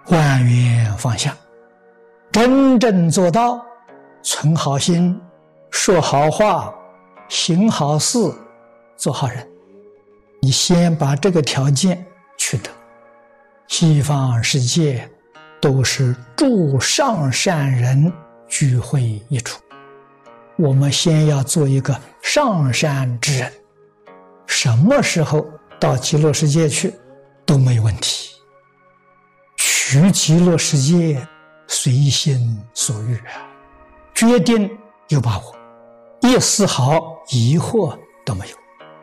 万缘放下，真正做到存好心、说好话、行好事、做好人。你先把这个条件取得，西方世界都是诸上善人聚会一处，我们先要做一个上善之人，什么时候到极乐世界去都没问题。去极乐世界随心所欲啊，决定有把握，一丝毫疑惑都没有。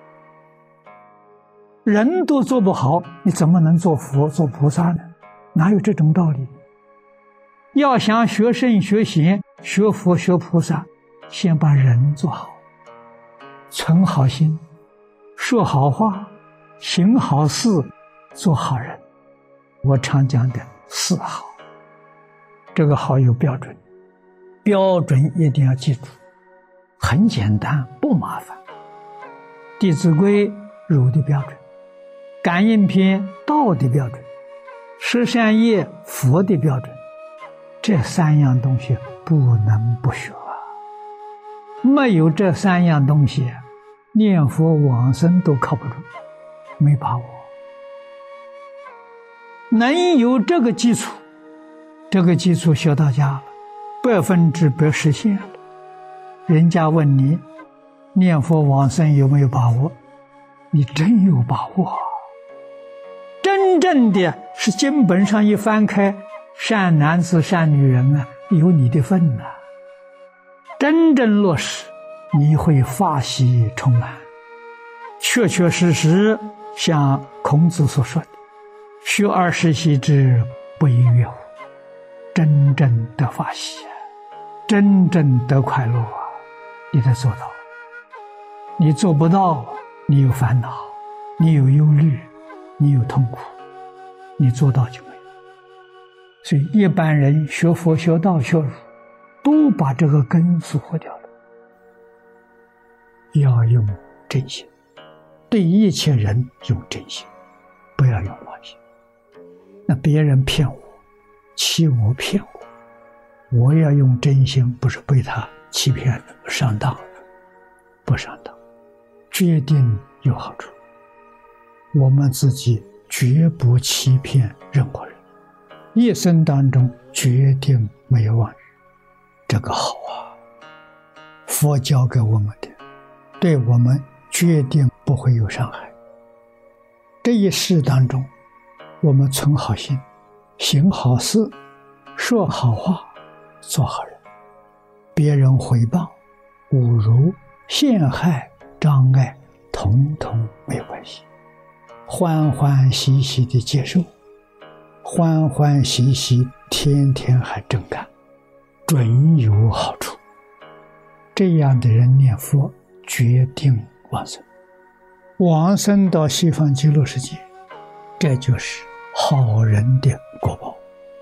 人都做不好，你怎么能做佛做菩萨呢？哪有这种道理？要想学圣学贤学佛学菩萨，先把人做好，存好心，说好话，行好事，做好人。我常讲的四好，这个好有标准，标准一定要记住，很简单不麻烦。弟子规儒的标准，感应篇道的标准，十善业佛的标准，这三样东西不能不学啊！没有这三样东西，念佛往生都靠不住，没把握。能有这个基础，这个基础学到家了，100%实现了。人家问你念佛往生有没有把握，你真有把握。真正的是经本上一翻开，善男子善女人啊，有你的份啊。真正落实，你会法喜充满，确确实实像孔子所说的，学而时习之，不亦说乎？真正得法喜，真正得快乐啊！你得做到。你做不到，你有烦恼，你有忧虑，你有痛苦，你做到就没有。所以一般人学佛学道学儒，都把这个根疏忽掉了。要用真心，对一切人用真心，不要用妄心。那别人骗我，欺我骗我，我要用真心，不是被他欺骗了上当了，不上当，决定有好处。我们自己绝不欺骗任何人，一生当中决定没有妄语，这个好啊！佛教给我们的，对我们决定不会有伤害。这一世当中，我们存好心，行好事，说好话，做好人。别人诽谤、侮辱、陷害、障碍，统统没有关系，欢欢喜喜地接受，欢欢喜喜，天天还正干，准有好处。这样的人念佛，决定往生，往生到西方极乐世界，这就是好人的果报。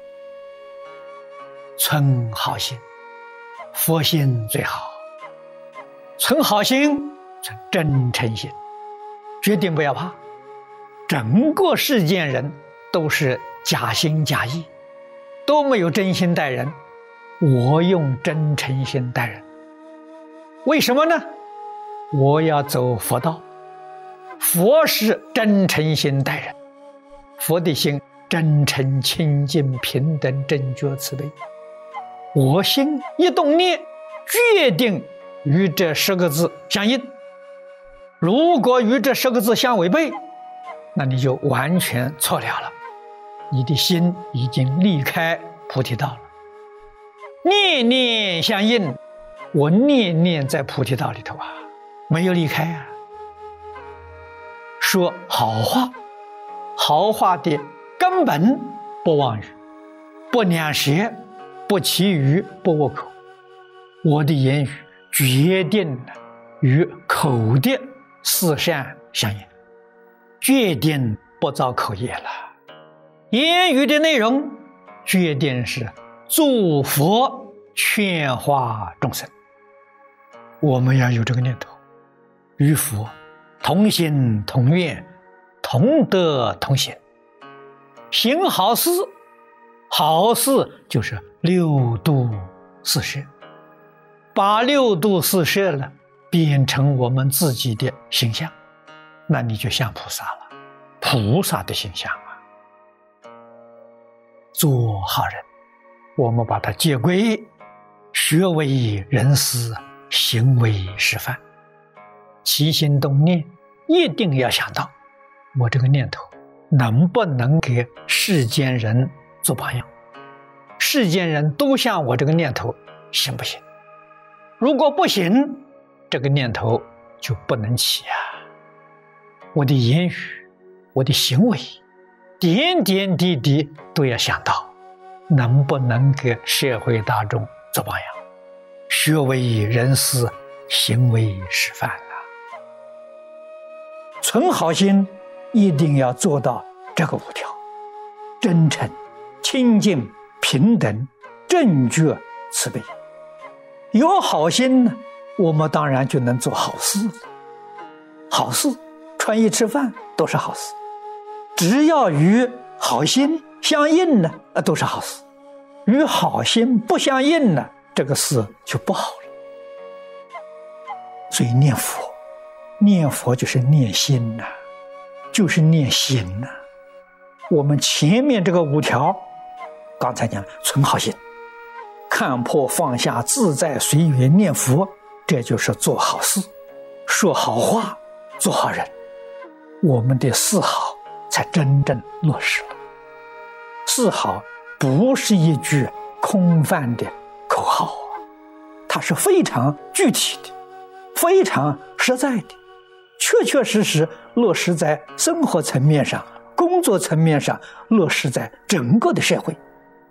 存好心，佛心最好。存好心，存真诚心，决定不要怕。整个世间人都是假心假意，都没有真心待人。我用真诚心待人，为什么呢？我要走佛道，佛是真诚心待人，佛的心真诚清净平等正觉慈悲。我心一动念，决定与这10个字相应。如果与这10个字相违背，那你就完全错了了，你的心已经离开菩提道了。念念相应，我念念在菩提道里头啊，没有离开啊。说好话，好话的根本不妄语，不两舌，不绮语，不恶口。我的言语决定了与口的四善相应，决定不造口业了。言语的内容决定是祝福劝化众生。我们要有这个念头，与佛同心同愿，同德同行，行好事， 好事就是六度四摄，把六度四摄了变成我们自己的形象，那你就像菩萨了，菩萨的形象啊。做好人，我们把它接归学为人师，行为示范，起心动念一定要想到我这个念头能不能给世间人做榜样，世间人都像我这个念头行不行？如果不行，这个念头就不能起啊。我的言语，我的行为，点点滴滴都要想到能不能给社会大众做榜样，学为人师，行为示范啊。存好心一定要做到这个5条：真诚、清净、平等、正觉、慈悲。有好心呢，我们当然就能做好事了。好事，穿衣吃饭都是好事，只要与好心相应呢，都是好事。与好心不相应呢，这个事就不好了。所以念佛，念佛就是念心呐，就是念心呐。我们前面这个5条，刚才讲存好心，看破放下，自在随缘念佛，这就是做好事，说好话，做好人，我们的4好才真正落实了。4好不是一句空泛的口号啊，它是非常具体的，非常实在的，确确实实落实在生活层面上，工作层面上，落实在整个的社会。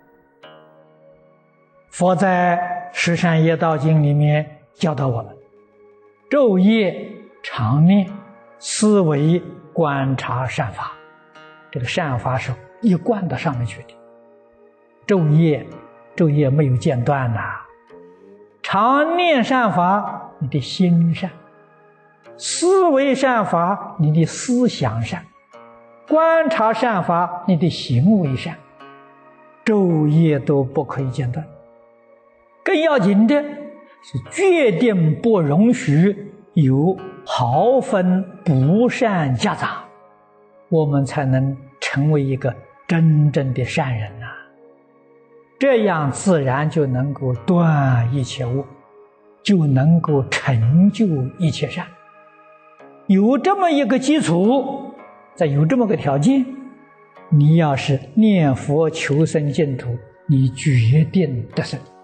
佛在《十善业道经》里面教导我们，昼夜常念，思维观察善法。这个善法是一贯到上面去的，昼夜没有间断呐。常念善法，你的心善；思维善法，你的思想善；观察善法，你的行为善。昼夜都不可以间断。更要紧的是，决定不容许有毫分不善夹杂，我们才能成为一个真正的善人啊。这样自然就能够断一切恶，就能够成就一切善。有这么一个基础，再有这么个条件，你要是念佛求生净土，你决定得胜。